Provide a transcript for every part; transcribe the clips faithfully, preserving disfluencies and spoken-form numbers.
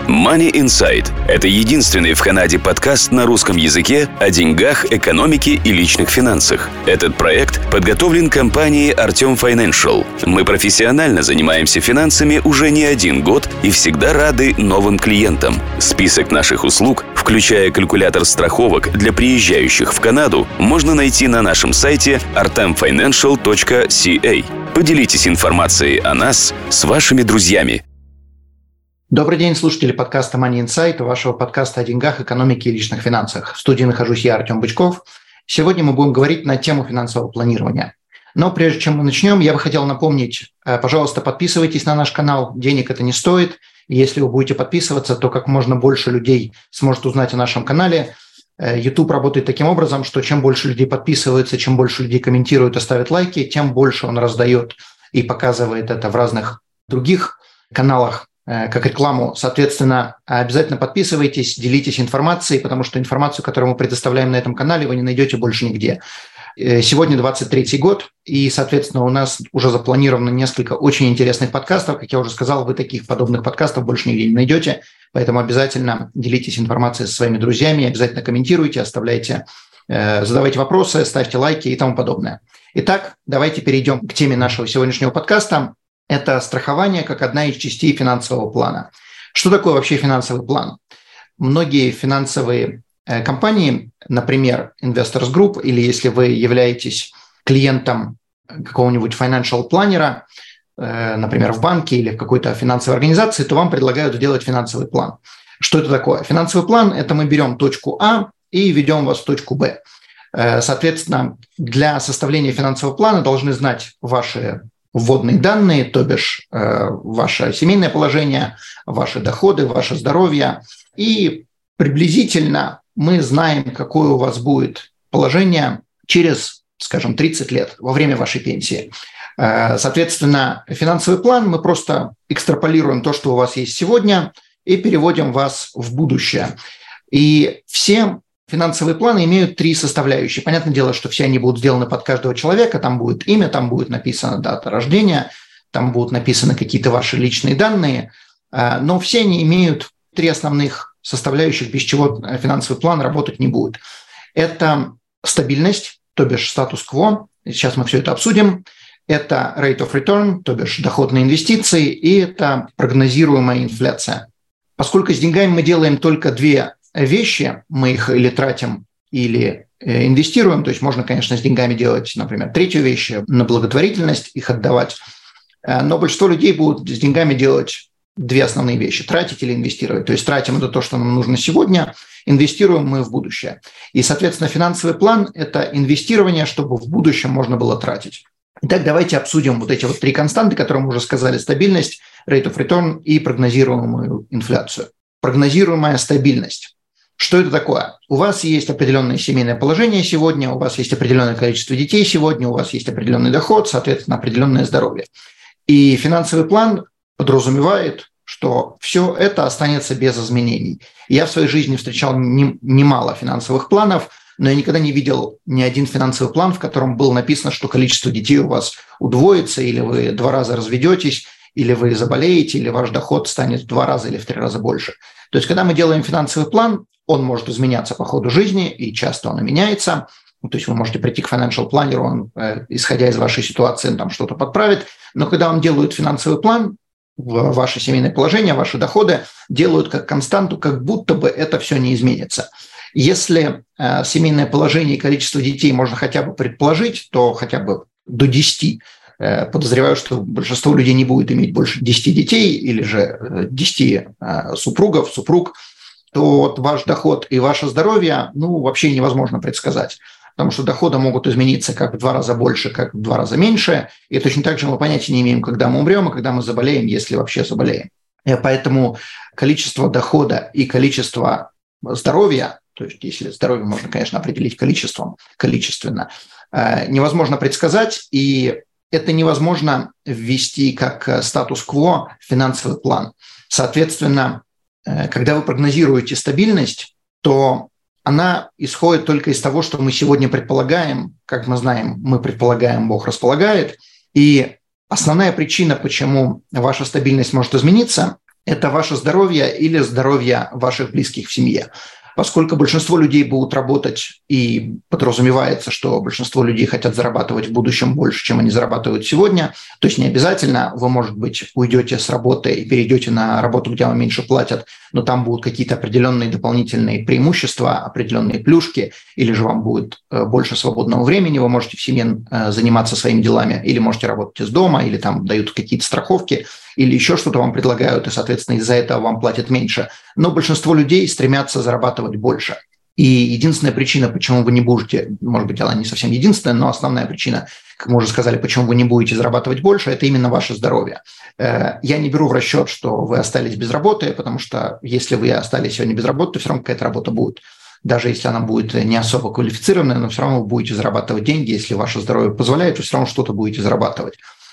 Money Insight – это единственный в Канаде подкаст на русском языке о деньгах, экономике и личных финансах. Этот проект подготовлен компанией Артем Financial. Мы профессионально занимаемся финансами уже не один год и всегда рады новым клиентам. Список наших услуг, включая калькулятор страховок для приезжающих в Канаду, можно найти на нашем сайте artem financial точка си эй. Поделитесь информацией о нас с вашими друзьями. Добрый день, слушатели подкаста Money Insight, вашего подкаста о деньгах, экономике и личных финансах. В студии нахожусь я, Артем Бычков. Сегодня мы будем говорить на тему финансового планирования. Но прежде чем мы начнем, я бы хотел напомнить, пожалуйста, подписывайтесь на наш канал, денег это не стоит. Если вы будете подписываться, то как можно больше людей сможет узнать о нашем канале. YouTube работает таким образом, что чем больше людей подписываются, чем больше людей комментируют и ставят лайки, тем больше он раздает и показывает это в разных других каналах как рекламу. Соответственно, обязательно подписывайтесь, делитесь информацией, потому что информацию, которую мы предоставляем на этом канале, вы не найдете больше нигде. Сегодня двадцать третий год, и, соответственно, у нас уже запланировано несколько очень интересных подкастов. Как я уже сказал, вы таких подобных подкастов больше нигде не найдете, поэтому обязательно делитесь информацией со своими друзьями, обязательно комментируйте, оставляйте, задавайте вопросы, ставьте лайки и тому подобное. Итак, давайте перейдем к теме нашего сегодняшнего подкаста. Это страхование как одна из частей финансового плана. Что такое вообще финансовый план? Многие финансовые э, компании, например, Investors Group, или если вы являетесь клиентом какого-нибудь financial планера, э, например, в банке или в какой-то финансовой организации, то вам предлагают сделать финансовый план. Что это такое? Финансовый план – это мы берем точку А и ведем вас в точку Б. Э, соответственно, для составления финансового плана должны знать ваши вводные данные, то бишь э, ваше семейное положение, ваши доходы, ваше здоровье. И приблизительно мы знаем, какое у вас будет положение через, скажем, тридцать лет, во время вашей пенсии. Э, соответственно, финансовый план мы просто экстраполируем то, что у вас есть сегодня, и переводим вас в будущее. И все финансовые планы имеют три составляющие. Понятное дело, что все они будут сделаны под каждого человека. Там будет имя, там будет написана дата рождения, там будут написаны какие-то ваши личные данные. Но все они имеют три основных составляющих, без чего финансовый план работать не будет. Это стабильность, то бишь статус-кво. Сейчас мы все это обсудим. Это rate of return, то бишь доход на инвестиции. И это прогнозируемая инфляция. Поскольку с деньгами мы делаем только две вещи, мы их или тратим, или инвестируем, то есть можно, конечно, с деньгами делать, например, третью вещь, на благотворительность их отдавать, но большинство людей будут с деньгами делать две основные вещи – тратить или инвестировать. То есть тратим это то, что нам нужно сегодня, инвестируем мы в будущее. И, соответственно, финансовый план – это инвестирование, чтобы в будущем можно было тратить. Итак, давайте обсудим вот эти вот три константы, которые мы уже сказали – стабильность, rate of return и прогнозируемую инфляцию. Прогнозируемая стабильность. Что это такое? У вас есть определенное семейное положение сегодня, у вас есть определенное количество детей сегодня, у вас есть определенный доход, соответственно, определенное здоровье. И финансовый план подразумевает, что все это останется без изменений. Я в своей жизни встречал немало финансовых планов, но я никогда не видел ни один финансовый план, в котором было написано, что количество детей у вас удвоится, или вы два раза разведетесь, или вы заболеете, или ваш доход станет в два раза или в три раза больше. То есть, когда мы делаем финансовый план, он может изменяться по ходу жизни, и часто он и меняется. То есть вы можете прийти к financial планеру, он, э, исходя из вашей ситуации, там что-то подправит. Но когда вам делают финансовый план, ваше семейное положение, ваши доходы делают как константу, как будто бы это все не изменится. Если э, семейное положение и количество детей можно хотя бы предположить, то хотя бы до десяти. Э, подозреваю, что большинство людей не будет иметь больше десяти детей или же десяти э, супругов, супруг, то вот ваш доход и ваше здоровье, ну, вообще невозможно предсказать. Потому что доходы могут измениться как в два раза больше, как в два раза меньше. И точно так же мы понятия не имеем, когда мы умрем и когда мы заболеем, если вообще заболеем. И поэтому количество дохода и количество здоровья, то есть если здоровье можно, конечно, определить количеством, количественно, невозможно предсказать. И это невозможно ввести как статус-кво в финансовый план. Соответственно, когда вы прогнозируете стабильность, то она исходит только из того, что мы сегодня предполагаем. Как мы знаем, мы предполагаем, Бог располагает. И основная причина, почему ваша стабильность может измениться, это ваше здоровье или здоровье ваших близких в семье. Поскольку большинство людей будут работать, и подразумевается, что большинство людей хотят зарабатывать в будущем больше, чем они зарабатывают сегодня, то есть не обязательно вы, может быть, уйдете с работы и перейдете на работу, где вам меньше платят, но там будут какие-то определенные дополнительные преимущества, определенные плюшки, или же вам будет больше свободного времени, вы можете в семье заниматься своими делами, или можете работать из дома, или там дают какие-то страховки, или еще что-то вам предлагают, и, соответственно, из-за этого вам платят меньше. Но большинство людей стремятся зарабатывать больше. И единственная причина, почему вы не будете, может быть, она не совсем единственная, но основная причина, как мы уже сказали, почему вы не будете зарабатывать больше, это именно ваше здоровье. Я не беру в расчет, что вы остались без работы, потому что если вы остались сегодня без работы, то все равно какая-то работа будет. Даже если она будет не особо квалифицированная, но все равно вы будете зарабатывать деньги, если ваше здоровье позволяет, вы все равно что-то будете зарабатывать.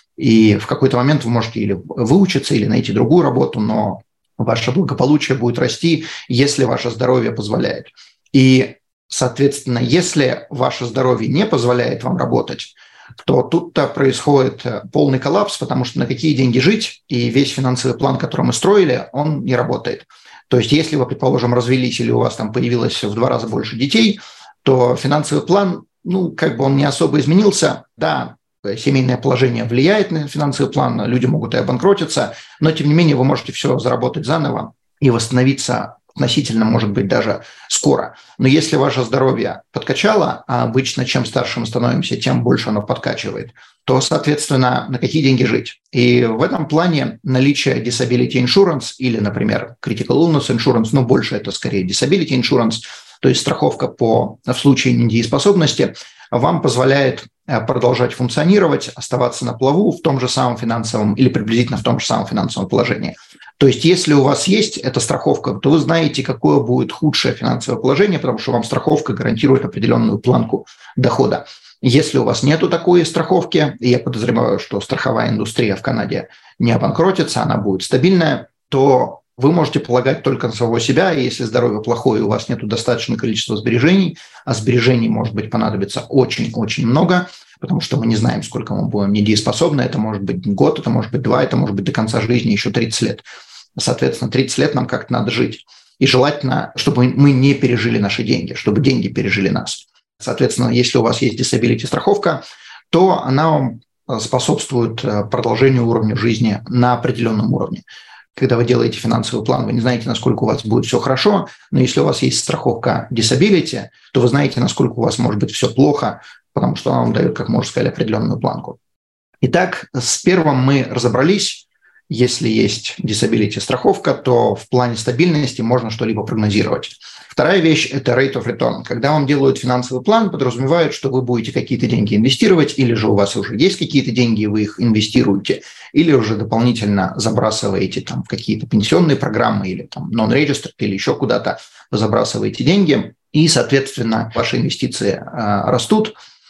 И в какой-то момент вы можете или выучиться, или найти другую работу, но ваше благополучие будет расти, если ваше здоровье позволяет. И, соответственно, если ваше здоровье не позволяет вам работать, то тут-то происходит полный коллапс, потому что на какие деньги жить, и весь финансовый план, который мы строили, он не работает. То есть если вы, предположим, развелись или у вас там появилось в два раза больше детей, то финансовый план, ну, как бы он не особо изменился. Да, семейное положение влияет на финансовый план, люди могут и обанкротиться, но, тем не менее, вы можете все заработать заново и восстановиться относительно, может быть, даже скоро. Но если ваше здоровье подкачало, а обычно чем старше мы становимся, тем больше оно подкачивает, то, соответственно, на какие деньги жить? И в этом плане наличие disability insurance или, например, critical illness insurance, но больше это скорее disability insurance, то есть страховка по, в случае недееспособности, вам позволяет продолжать функционировать, оставаться на плаву в том же самом финансовом или приблизительно в том же самом финансовом положении. То есть если у вас есть эта страховка, то вы знаете, какое будет худшее финансовое положение, потому что вам страховка гарантирует определенную планку дохода. Если у вас нету такой страховки, и я подозреваю, что страховая индустрия в Канаде не обанкротится, она будет стабильная, то вы можете полагать только на самого себя, и если здоровье плохое, и у вас нет достаточного количества сбережений, а сбережений, может быть, понадобится очень-очень много, потому что мы не знаем, сколько мы будем недееспособны, это может быть год, это может быть два, это может быть до конца жизни еще тридцать лет. Соответственно, тридцать лет нам как-то надо жить. И желательно, чтобы мы не пережили наши деньги, чтобы деньги пережили нас. Соответственно, если у вас есть disability страховка, то она вам способствует продолжению уровня жизни на определенном уровне. Когда вы делаете финансовый план, вы не знаете, насколько у вас будет все хорошо, но если у вас есть страховка disability, то вы знаете, насколько у вас может быть все плохо, потому что она вам дает, как можно сказать, определенную планку. Итак, с первым мы разобрались. Если есть disability страховка, то в плане стабильности можно что-либо прогнозировать. Вторая вещь – это rate of return. Когда вам делают финансовый план, подразумевают, что вы будете какие-то деньги инвестировать, или же у вас уже есть какие-то деньги, вы их инвестируете, или уже дополнительно забрасываете там, в какие-то пенсионные программы, или там non-registered, или еще куда-то забрасываете деньги, и, соответственно, ваши инвестиции э, растут.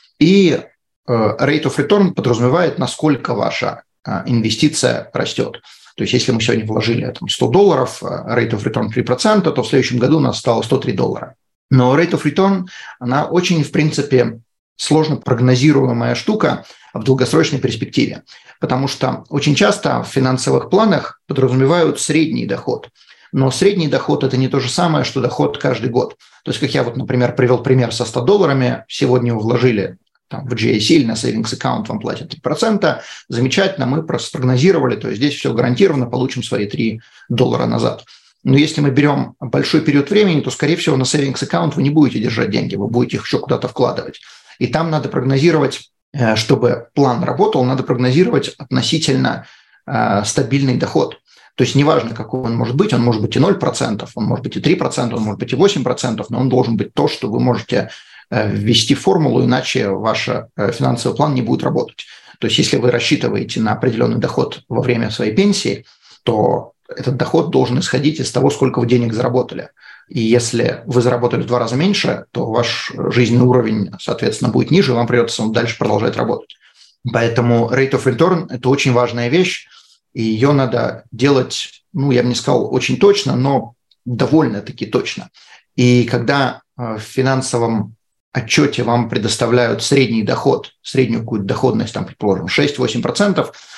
И э, rate of return подразумевает, насколько ваша э, инвестиция растет. То есть если мы сегодня вложили там, сто долларов, rate of return три процента, то в следующем году у нас стало сто три доллара. Но rate of return, она очень, в принципе, сложно прогнозируемая штука в долгосрочной перспективе, потому что очень часто в финансовых планах подразумевают средний доход. Но средний доход – это не то же самое, что доход каждый год. То есть, как я вот, например, привел пример со ста долларами, сегодня вы вложили там, в джи эй си или на savings аккаунт вам платят три процента, замечательно, мы просто спрогнозировали, то есть здесь все гарантированно, получим свои три доллара назад. Но если мы берем большой период времени, то, скорее всего, на savings аккаунт вы не будете держать деньги, вы будете их еще куда-то вкладывать. И там надо прогнозировать, чтобы план работал, надо прогнозировать относительно э, стабильный доход. То есть неважно, какой он может быть, он может быть и ноль процентов, он может быть и три процента, он может быть и восемь процентов, но он должен быть то, что вы можете ввести формулу, иначе ваш финансовый план не будет работать. То есть если вы рассчитываете на определенный доход во время своей пенсии, то этот доход должен исходить из того, сколько вы денег заработали. И если вы заработали в два раза меньше, то ваш жизненный уровень, соответственно, будет ниже, и вам придется дальше продолжать работать. Поэтому rate of return – это очень важная вещь, и ее надо делать, ну, я бы не сказал очень точно, но довольно-таки точно. И когда в финансовом отчете вам предоставляют средний доход, среднюю какую-то доходность, там, предположим, шесть-восемь процентов,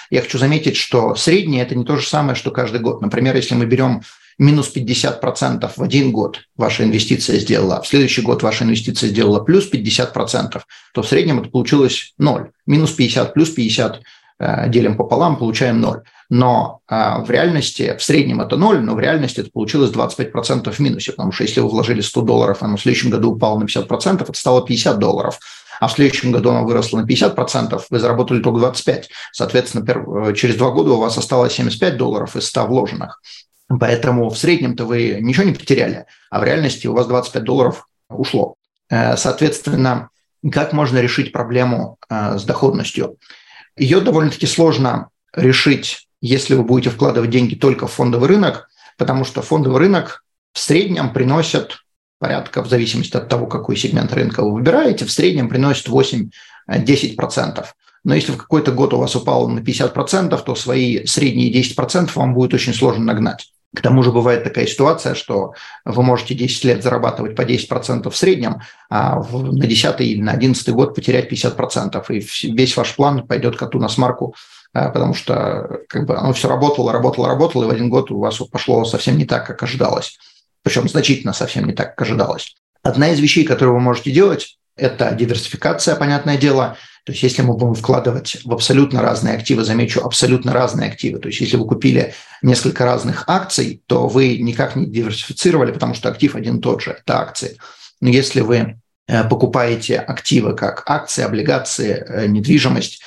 я хочу заметить, что среднее – это не то же самое, что каждый год. Например, если мы берем минус пятьдесят процентов в один год ваша инвестиция сделала, а в следующий год ваша инвестиция сделала плюс пятьдесят процентов, то в среднем это получилось ноль. Минус пятьдесят плюс пятьдесят делим пополам, получаем ноль. Но а, в реальности, в среднем это ноль, но в реальности это получилось двадцать пять процентов в минусе, потому что если вы вложили сто долларов, оно в следующем году упало на пятьдесят процентов, это стало пятьдесят долларов. А в следующем году оно выросло на пятьдесят процентов, вы заработали только двадцать пять. Соответственно, через два года у вас осталось семьдесят пять долларов из ста вложенных. Поэтому в среднем-то вы ничего не потеряли, а в реальности у вас двадцать пять долларов ушло. Соответственно, как можно решить проблему с доходностью? Ее довольно-таки сложно решить, если вы будете вкладывать деньги только в фондовый рынок, потому что фондовый рынок в среднем приносит порядка, в зависимости от того, какой сегмент рынка вы выбираете, в среднем приносит восемь-десять процентов. Но если в какой-то год у вас упало на пятьдесят процентов, то свои средние десять процентов вам будет очень сложно нагнать. К тому же бывает такая ситуация, что вы можете десять лет зарабатывать по десять процентов в среднем, а на десятый или на одиннадцатый год потерять пятьдесят процентов, и весь ваш план пойдет коту на смарку, потому что как бы оно все работало, работало, работало, и в один год у вас пошло совсем не так, как ожидалось. Причем значительно совсем не так, как ожидалось. Одна из вещей, которые вы можете делать, это диверсификация, понятное дело. То есть если мы будем вкладывать в абсолютно разные активы, замечу, абсолютно разные активы, то есть если вы купили несколько разных акций, то вы никак не диверсифицировали, потому что актив один и тот же – это акции. Но если вы покупаете активы как акции, облигации, недвижимость,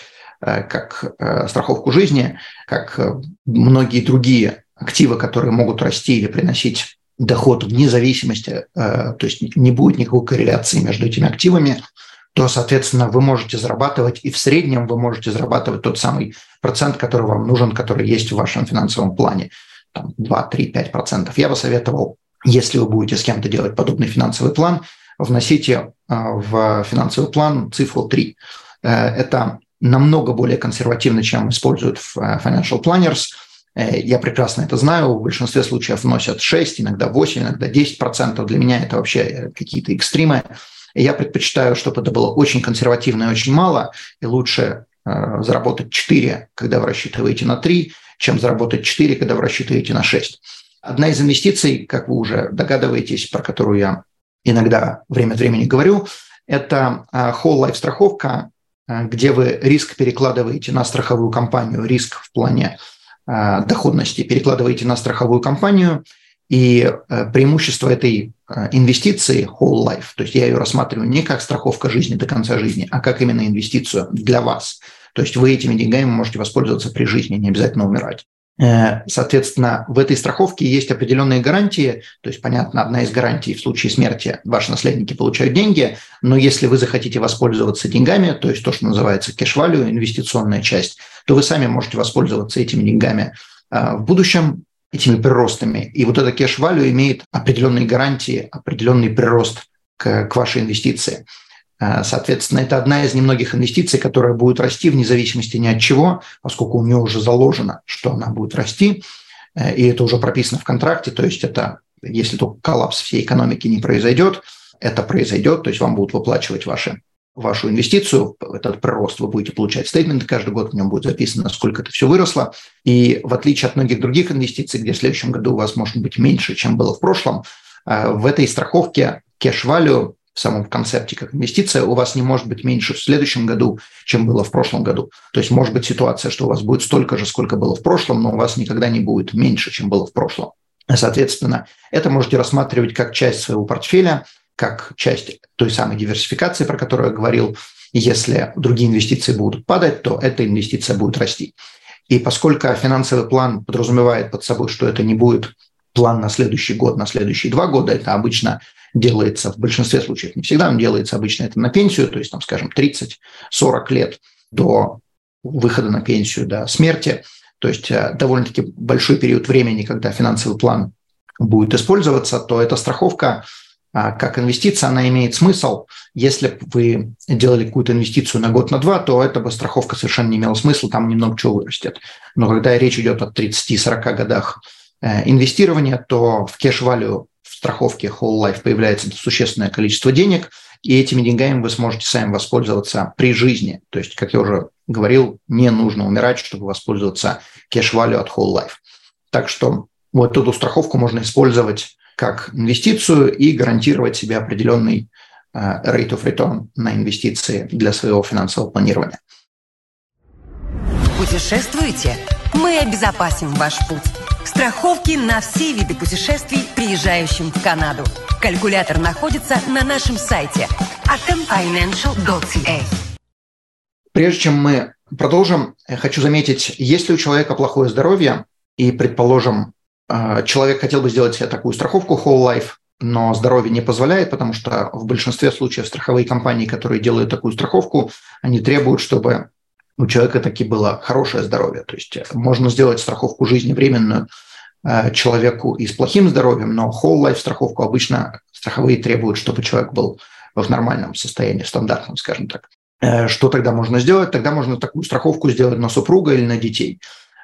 как страховку жизни, как многие другие активы, которые могут расти или приносить доход вне зависимости, то есть не будет никакой корреляции между этими активами, то, соответственно, вы можете зарабатывать, и в среднем вы можете зарабатывать тот самый процент, который вам нужен, который есть в вашем финансовом плане, там два, три, пять процентов. Я бы советовал, если вы будете с кем-то делать подобный финансовый план, вносите в финансовый план цифру три. Это намного более консервативно, чем используют в Financial Planners. Я прекрасно это знаю, в большинстве случаев вносят шесть, иногда восемь, иногда десять процентов. Для меня это вообще какие-то экстримы. Я предпочитаю, чтобы это было очень консервативно и очень мало, и лучше э, заработать четыре, когда вы рассчитываете на три, чем заработать четыре, когда вы рассчитываете на шесть. Одна из инвестиций, как вы уже догадываетесь, про которую я иногда время от времени говорю, это э, whole life страховка, э, где вы риск перекладываете на страховую компанию, риск в плане э, доходности перекладываете на страховую компанию. И преимущество этой инвестиции whole life, то есть я ее рассматриваю не как страховка жизни до конца жизни, а как именно инвестицию для вас. То есть вы этими деньгами можете воспользоваться при жизни, не обязательно умирать. Соответственно, в этой страховке есть определенные гарантии, то есть, понятно, одна из гарантий в случае смерти ваши наследники получают деньги, но если вы захотите воспользоваться деньгами, то есть то, что называется cash value, инвестиционная часть, то вы сами можете воспользоваться этими деньгами в будущем, этими приростами. И вот это cash value имеет определенные гарантии, определенный прирост к, к вашей инвестиции. Соответственно, это одна из немногих инвестиций, которая будет расти вне зависимости ни от чего, поскольку у нее уже заложено, что она будет расти, и это уже прописано в контракте, то есть это, если только коллапс всей экономики не произойдет, это произойдет, то есть вам будут выплачивать ваши вашу инвестицию, этот прирост, вы будете получать стейтменты каждый год, в нем будет записано, сколько это все выросло. И в отличие от многих других инвестиций, где в следующем году у вас может быть меньше, чем было в прошлом, в этой страховке cash value в самом концепте как инвестиция у вас не может быть меньше в следующем году, чем было в прошлом году. То есть может быть ситуация, что у вас будет столько же, сколько было в прошлом, но у вас никогда не будет меньше, чем было в прошлом. Соответственно, это можете рассматривать как часть своего портфеля, как часть той самой диверсификации, про которую я говорил. Если другие инвестиции будут падать, то эта инвестиция будет расти. И поскольку финансовый план подразумевает под собой, что это не будет план на следующий год, на следующие два года, это обычно делается в большинстве случаев, не всегда, но делается обычно это на пенсию, то есть, там, скажем, тридцать-сорок лет до выхода на пенсию, до смерти. То есть довольно-таки большой период времени, когда финансовый план будет использоваться, то эта страховка как инвестиция, она имеет смысл. Если бы вы делали какую-то инвестицию на год, на два, то эта бы страховка совершенно не имела смысла, там немного чего вырастет. Но когда речь идет о тридцати-сорока годах инвестирования, то в cash value в страховке whole life появляется существенное количество денег, и этими деньгами вы сможете сами воспользоваться при жизни. То есть, как я уже говорил, не нужно умирать, чтобы воспользоваться cash-value от Whole Life. Так что вот эту страховку можно использовать как инвестицию и гарантировать себе определенный uh, rate of return на инвестиции для своего финансового планирования. Путешествуете? Мы обезопасим ваш путь. Страховки на все виды путешествий приезжающим в Канаду. Калькулятор находится на нашем сайте artem financial dot c a. Прежде чем мы продолжим, я хочу заметить, если у человека плохое здоровье, и, предположим, человек хотел бы сделать себе такую страховку Whole Life, но здоровье не позволяет, потому что в большинстве случаев страховые компании, которые делают такую страховку, они требуют, чтобы у человека таки было хорошее здоровье. То есть можно сделать страховку жизни временную человеку и с плохим здоровьем, но Whole Life страховку обычно страховые требуют, чтобы человек был в нормальном состоянии, стандартном, скажем так. Что тогда можно сделать? Тогда можно такую страховку сделать на супруга или на детей.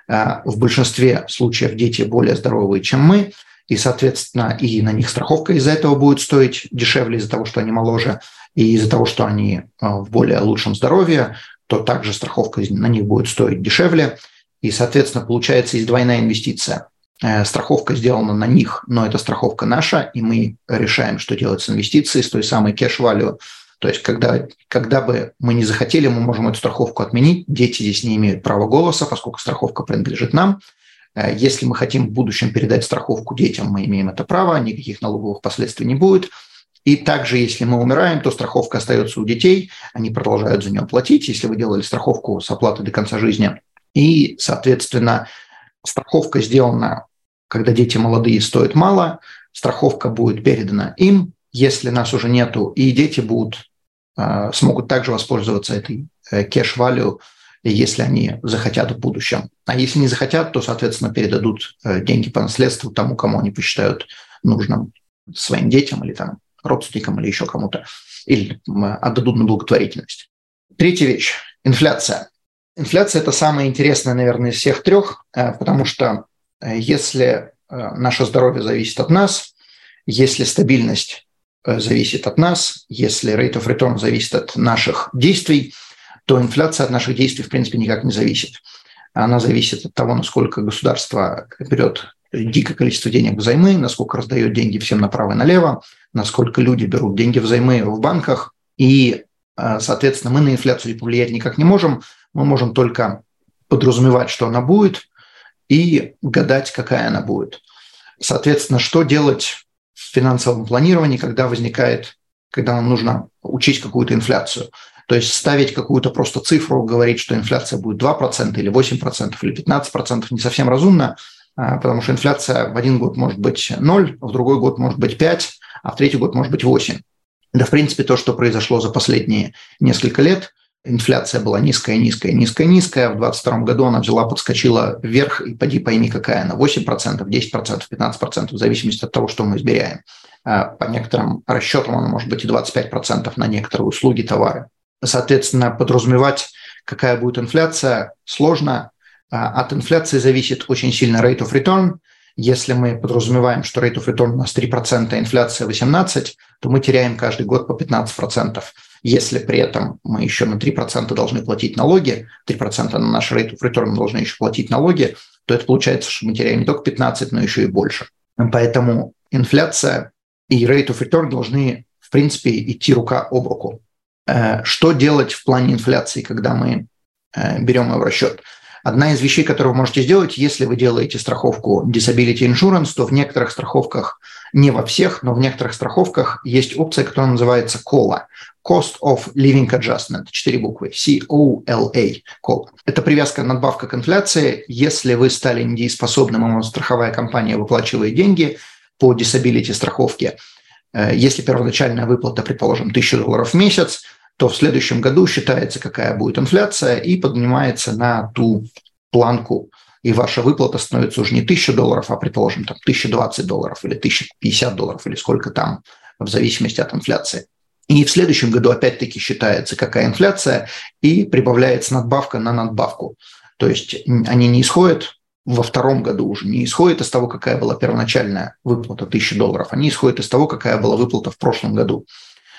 В большинстве случаев дети более здоровые, чем мы, и, соответственно, и на них страховка из-за этого будет стоить дешевле, из-за того, что они моложе, и из-за того, что они в более лучшем здоровье, то также страховка на них будет стоить дешевле. И, соответственно, получается есть двойная инвестиция. Страховка сделана на них, но это страховка наша, и мы решаем, что делать с инвестицией, с той самой cash value. То есть когда, когда бы мы не захотели, мы можем эту страховку отменить. Дети здесь не имеют права голоса, поскольку страховка принадлежит нам. Если мы хотим в будущем передать страховку детям, мы имеем это право, никаких налоговых последствий не будет. И также, если мы умираем, то страховка остается у детей, они продолжают за нее платить, если вы делали страховку с оплатой до конца жизни. И, соответственно, страховка сделана, когда дети молодые, стоит мало, страховка будет передана им, если нас уже нету, и дети будут, э, смогут также воспользоваться этой э, cash value, если они захотят в будущем. А если не захотят, то, соответственно, передадут э, деньги по наследству тому, кому они посчитают нужным, своим детям или там родственникам или еще кому-то, или отдадут на благотворительность. Третья вещь – инфляция. Инфляция – это самое интересное, наверное, из всех трех, потому что если наше здоровье зависит от нас, если стабильность зависит от нас, если rate of return зависит от наших действий, то инфляция от наших действий, в принципе, никак не зависит. Она зависит от того, насколько государство берет дикое количество денег взаймы, насколько раздает деньги всем направо и налево, насколько люди берут деньги взаймы в банках. И, соответственно, мы на инфляцию повлиять никак не можем. Мы можем только подразумевать, что она будет, и гадать, какая она будет. Соответственно, что делать в финансовом планировании, когда возникает, когда нам нужно учить какую-то инфляцию? То есть ставить какую-то просто цифру, говорить, что инфляция будет два процента или восемь процентов или пятнадцать процентов, не совсем разумно, потому что инфляция в один год может быть ноль, в другой год может быть пять, а в третий год может быть восемь. Да, в принципе, то, что произошло за последние несколько лет, инфляция была низкая, низкая, низкая, низкая. В двадцать втором году она взяла, подскочила вверх, и поди пойми, какая она. восемь процентов, десять процентов, пятнадцать процентов, в зависимости от того, что мы измеряем. По некоторым расчетам она может быть и двадцать пять процентов на некоторые услуги, товары. Соответственно, подразумевать, какая будет инфляция, сложно. От инфляции зависит очень сильно rate of return. Если мы подразумеваем, что rate of return у нас три процента, инфляция восемнадцать процентов, то мы теряем каждый год по пятнадцать процентов. Если при этом мы еще на три процента должны платить налоги, три процента на наш rate of return мы должны еще платить налоги, то это получается, что мы теряем не только пятнадцать, но еще и больше. Поэтому инфляция и rate of return должны, в принципе, идти рука об руку. Что делать в плане инфляции, когда мы берем ее в расчет? Одна из вещей, которую вы можете сделать, если вы делаете страховку Disability Insurance, то в некоторых страховках, не во всех, но в некоторых страховках есть опция, которая называется кола. Cost of Living Adjustment. Четыре буквы. си о эл эй. кола. Это привязка, надбавка к инфляции. Если вы стали недееспособным, и вам страховая компания выплачивает деньги по Disability страховке, если первоначальная выплата, предположим, тысяча долларов в месяц, то в следующем году считается, какая будет инфляция, и поднимается на ту планку, и ваша выплата становится уже не тысяча долларов, а, предположим, там, тысяча двадцать долларов или тысяча пятьдесят долларов, или сколько там, в зависимости от инфляции. И в следующем году опять-таки считается, какая инфляция, и прибавляется надбавка на надбавку. То есть они не исходят во втором году уже, не исходят из того, какая была первоначальная выплата тысяча долларов, они исходят из того, какая была выплата в прошлом году.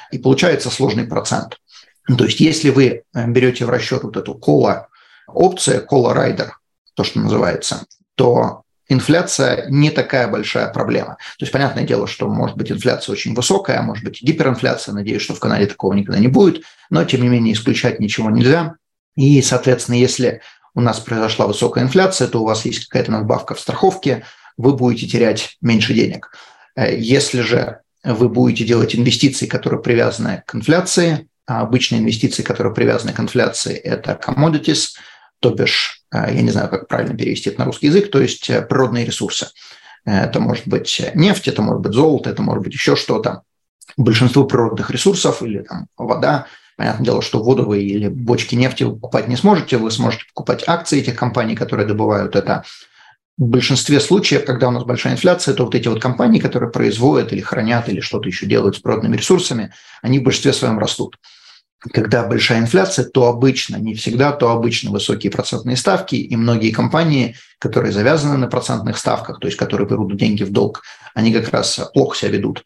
и получается сложный процент. То есть если вы берете в расчет вот эту кола-опцию, кола-райдер, то, что называется, то инфляция не такая большая проблема. То есть понятное дело, что может быть инфляция очень высокая, может быть гиперинфляция, надеюсь, что в Канаде такого никогда не будет, но тем не менее исключать ничего нельзя. И, соответственно, если у нас произошла высокая инфляция, то у вас есть какая-то надбавка в страховке, вы будете терять меньше денег. Если же вы будете делать инвестиции, которые привязаны к инфляции, а обычные инвестиции, которые привязаны к инфляции, это commodities, то бишь, я не знаю, как правильно перевести это на русский язык, то есть природные ресурсы. Это может быть нефть, это может быть золото, это может быть еще что-то. Большинство природных ресурсов или там вода, понятное дело, что воду вы или бочки нефти вы покупать не сможете, вы сможете покупать акции этих компаний, которые добывают это. В большинстве случаев, когда у нас большая инфляция, то вот эти вот компании, которые производят или хранят, или что-то еще делают с природными ресурсами, они в большинстве своем растут. Когда большая инфляция, то обычно, не всегда, то обычно высокие процентные ставки, и многие компании, которые завязаны на процентных ставках, то есть которые берут деньги в долг, они как раз плохо себя ведут.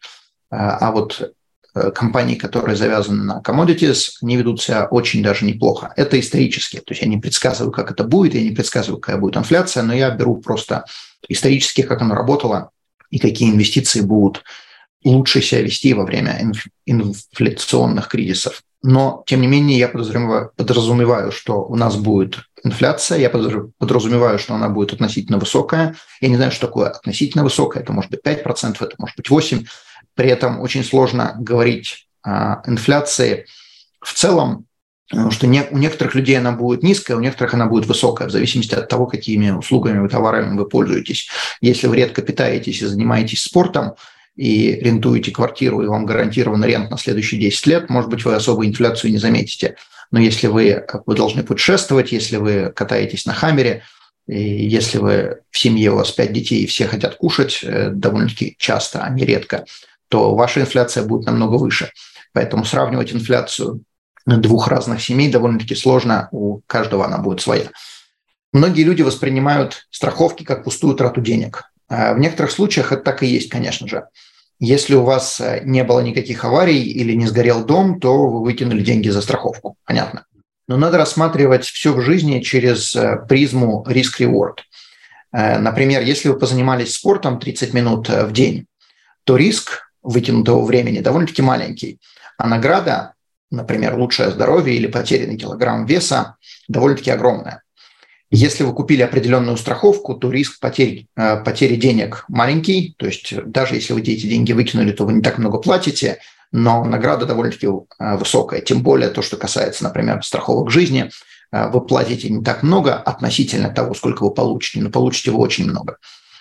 А вот компании, которые завязаны на commodities, они ведут себя очень даже неплохо. Это исторически, то есть я не предсказываю, как это будет, я не предсказываю, какая будет инфляция, но я беру просто исторически, как оно работало и какие инвестиции будут лучше себя вести во время инф- инфляционных кризисов. Но, тем не менее, я подразумеваю, подразумеваю, что у нас будет инфляция, я подразумеваю, что она будет относительно высокая. Я не знаю, что такое относительно высокая, это может быть пять процентов, это может быть восемь процентов. При этом очень сложно говорить о инфляции в целом, потому что не, у некоторых людей она будет низкая, у некоторых она будет высокая, в зависимости от того, какими услугами, товарами вы пользуетесь. Если вы редко питаетесь и занимаетесь спортом, и рентуете квартиру, и вам гарантирован рент на следующие десять лет, может быть, вы особо инфляцию не заметите. Но если вы, вы должны путешествовать, если вы катаетесь на хаммере, и если вы в семье, у вас пять детей, и все хотят кушать довольно-таки часто, а не редко, то ваша инфляция будет намного выше. Поэтому сравнивать инфляцию двух разных семей довольно-таки сложно, у каждого она будет своя. Многие люди воспринимают страховки как пустую трату денег. В некоторых случаях это так и есть, конечно же. Если у вас не было никаких аварий или не сгорел дом, то вы выкинули деньги за страховку. Понятно. Но надо рассматривать все в жизни через призму риск-реворд. Например, если вы позанимались спортом тридцать минут в день, то риск выкинутого времени довольно-таки маленький. А награда, например, лучшее здоровье или потеря на килограмм веса, довольно-таки огромная. Если вы купили определенную страховку, то риск потери, потери денег маленький, то есть даже если вы эти деньги выкинули, то вы не так много платите, но награда довольно-таки высокая. Тем более то, что касается, например, страховок жизни, вы платите не так много относительно того, сколько вы получите, но получите вы очень много.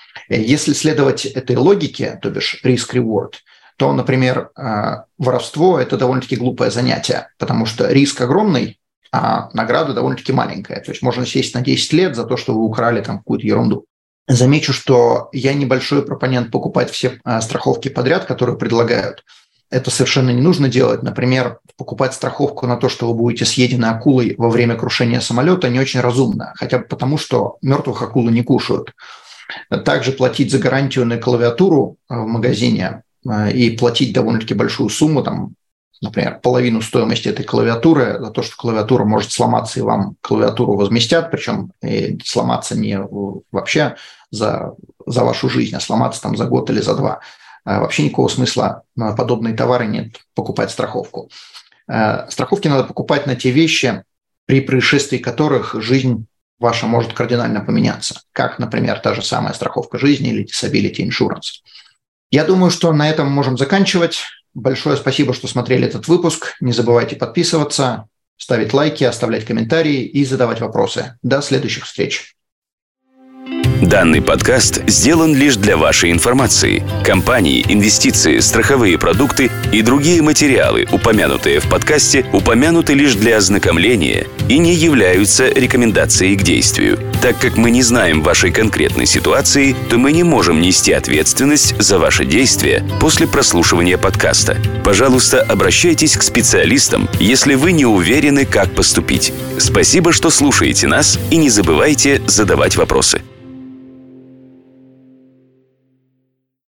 Если следовать этой логике, то бишь риск-реворд, то, например, воровство – это довольно-таки глупое занятие, потому что риск огромный, а награда довольно-таки маленькая. То есть можно сесть на десять лет за то, что вы украли там какую-то ерунду. Замечу, что я небольшой пропонент покупать все страховки подряд, которые предлагают. Это совершенно не нужно делать. Например, покупать страховку на то, что вы будете съедены акулой во время крушения самолета, не очень разумно. Хотя бы потому, что мертвых акулы не кушают. Также платить за гарантию на клавиатуру в магазине и платить довольно-таки большую сумму, там, например, половину стоимости этой клавиатуры за то, что клавиатура может сломаться, и вам клавиатуру возместят, причем сломаться не вообще за, за вашу жизнь, а сломаться там за год или за два. Вообще никакого смысла на подобные товары нет покупать страховку. Страховки надо покупать на те вещи, при происшествии которых жизнь ваша может кардинально поменяться, как, например, та же самая страховка жизни или disability insurance. Я думаю, что на этом можем заканчивать. Большое спасибо, что смотрели этот выпуск. Не забывайте подписываться, ставить лайки, оставлять комментарии и задавать вопросы. До следующих встреч. Данный подкаст сделан лишь для вашей информации. Компании, инвестиции, страховые продукты и другие материалы, упомянутые в подкасте, упомянуты лишь для ознакомления и не являются рекомендацией к действию. Так как мы не знаем вашей конкретной ситуации, то мы не можем нести ответственность за ваши действия после прослушивания подкаста. Пожалуйста, обращайтесь к специалистам, если вы не уверены, как поступить. Спасибо, что слушаете нас, и не забывайте задавать вопросы.